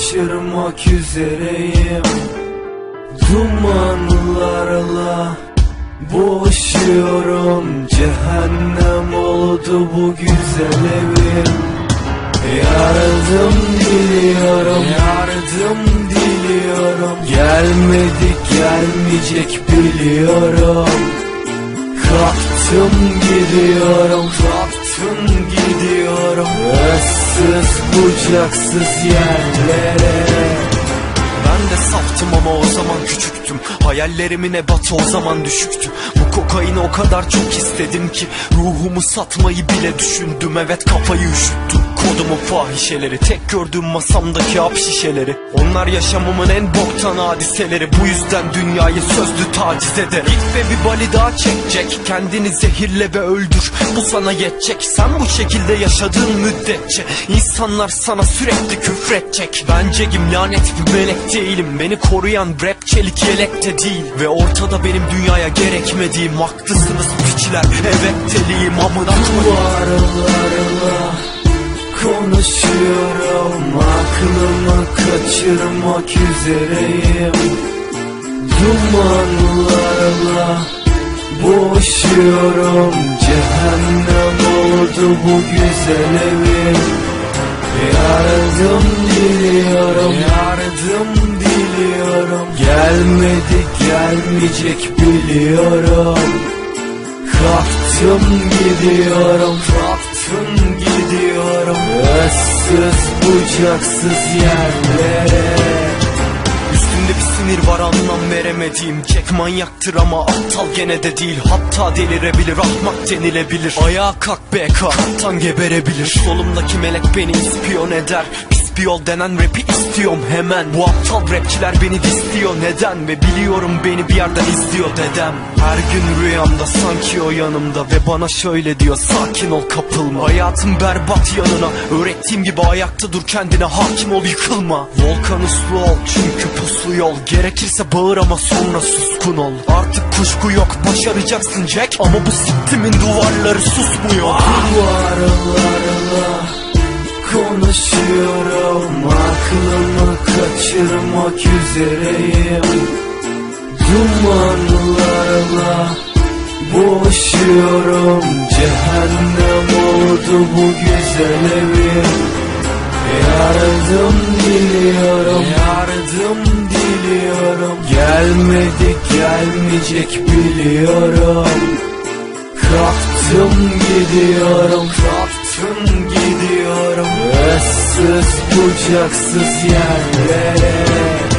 kaçırmak üzereyim. Dumanlarla boğuşuyorum, cehennem oldu bu güzel evim. Yardım diliyorum, yardım diliyorum. Gelmedik gelmeyecek biliyorum. Kalktım gidiyorum, kalktım gidiyorum. Issız bucaksız yerlere. Ben de saftım ama o zaman küçüktüm. Hayallerimin ebatı o zaman düşüktü. Bu kokaini o kadar çok istedim ki ruhumu satmayı bile düşündüm. Evet, kafayı üşüttüm. Kodumun fahişeleri, tek gördüğüm masamdaki hap şişeleri. Onlar yaşamımın en boktan hadiseleri. Bu yüzden dünyayı sözlü taciz eder. Git ve bir bali daha çekecek, kendini zehirle ve öldür, bu sana yetecek. Sen bu şekilde yaşadığın müddetçe insanlar sana sürekli küfredecek. Bencegim, lanet bir melek değilim. Beni koruyan rap çelik yelek de değil. Ve ortada benim dünyaya gerekmediğim. Haklısınız piçler, evet deliyim, amına koyayım. Duvarlarla konuşuyorum, aklımı kaçırmak üzereyim. Dumanlarla boğuşuyorum, cehennem oldu bu güzel evim. Yardım diliyorum, yardım diliyorum. Gelmedik gelmeyecek biliyorum. Kalktım gidiyorum, kalktım gidiyorum. Issız bucaksız yerlere. Üstümde bir sinir var anlam veremediğim. Jack manyaktır ama aptal gene de değil. Hatta delirebilir, ahmak denilebilir. Ayağa kalk BK, kaptan geberebilir. Solumdaki melek beni ispiyon eder. Bir yol denen rapi istiyorum hemen. Bu aptal rapçiler beni disliyor, neden? Ve biliyorum beni bir yerden izliyor dedem. Her gün rüyamda sanki o yanımda ve bana şöyle diyor: sakin ol, kapılma. Hayatım berbat yanına, öğrettiğim gibi ayakta dur, kendine hakim ol, yıkılma. Volkan uslu ol çünkü puslu yol. Gerekirse bağır ama sonra suskun ol. Artık kuşku yok, başaracaksın Jack, ama bu siktimin duvarları susmuyor. Duvarlarla konuşuyorum, aklımı kaçırmak üzereyim. Dumanlarla boğuşuyorum, cehennem oldu bu güzel evim. Yardım diliyorum, yardım diliyorum. Gelmedik gelmeyecek biliyorum. Kalktım gidiyorum, kalktım gidiyorum. Issız bucaksız yerlere.